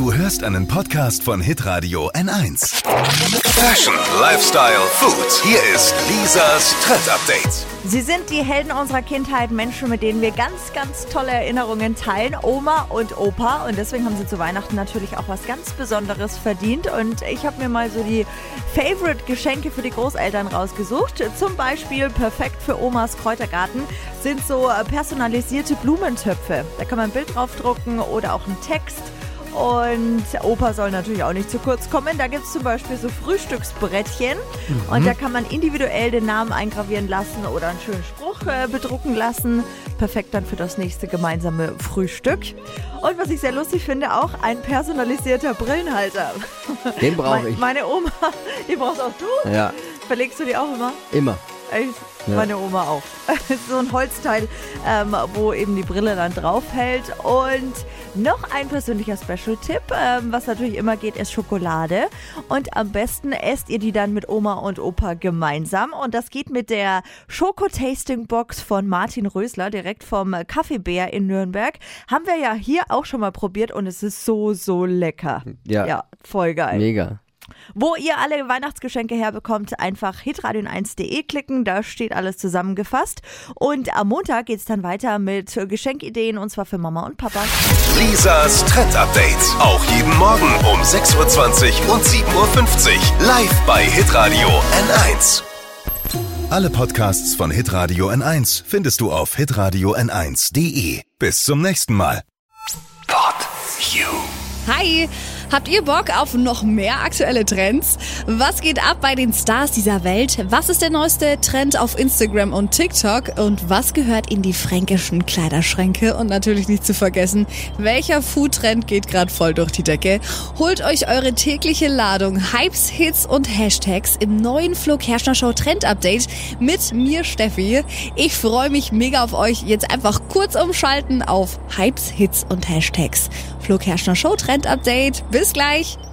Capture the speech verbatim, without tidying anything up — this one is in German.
Du hörst einen Podcast von Hitradio N eins. Fashion, Lifestyle, Food. Hier ist Lisas Trend Update. Sie sind die Helden unserer Kindheit, Menschen, mit denen wir ganz, ganz tolle Erinnerungen teilen, Oma und Opa. Und deswegen haben sie zu Weihnachten natürlich auch was ganz Besonderes verdient. Und ich habe mir mal so die Favorite-Geschenke für die Großeltern rausgesucht. Zum Beispiel perfekt für Omas Kräutergarten sind so personalisierte Blumentöpfe. Da kann man ein Bild draufdrucken oder auch einen Text. Und Opa soll natürlich auch nicht zu kurz kommen. Da gibt es zum Beispiel so Frühstücksbrettchen. Mhm. Und da kann man individuell den Namen eingravieren lassen oder einen schönen Spruch äh, bedrucken lassen. Perfekt dann für das nächste gemeinsame Frühstück. Und was ich sehr lustig finde, auch ein personalisierter Brillenhalter. Den brauche ich. Meine Oma, die brauchst auch du? Ja. Verlegst du die auch immer? Immer. Echt? Ja. Meine Oma auch. So ein Holzteil, ähm, wo eben die Brille dann drauf hält. Und noch ein persönlicher Special-Tipp, ähm, was natürlich immer geht, ist Schokolade. Und am besten esst ihr die dann mit Oma und Opa gemeinsam. Und das geht mit der Schoko-Tasting-Box von Martin Rösler, direkt vom Kaffeebär in Nürnberg. Haben wir ja hier auch schon mal probiert und es ist so, so lecker. Ja, ja, voll geil. Mega. Wo ihr alle Weihnachtsgeschenke herbekommt, einfach hitradio eins punkt de klicken, da steht alles zusammengefasst. Und am Montag geht es dann weiter mit Geschenkideen und zwar für Mama und Papa. Lisas Trend Update, auch jeden Morgen um sechs Uhr zwanzig und sieben Uhr fünfzig, live bei Hitradio N eins. Alle Podcasts von Hitradio N eins findest du auf hitradio n eins punkt de. Bis zum nächsten Mal. Pod You. Hi, habt ihr Bock auf noch mehr aktuelle Trends? Was geht ab bei den Stars dieser Welt? Was ist der neueste Trend auf Instagram und TikTok? Und was gehört in die fränkischen Kleiderschränke? Und natürlich nicht zu vergessen, welcher Food-Trend geht gerade voll durch die Decke? Holt euch eure tägliche Ladung Hypes, Hits und Hashtags im neuen Flo Kerschner Show Trend Update mit mir, Steffi. Ich freue mich mega auf euch. Jetzt einfach kurz umschalten auf Hypes, Hits und Hashtags. Flo Kerschner Show Trend Update. Bis gleich.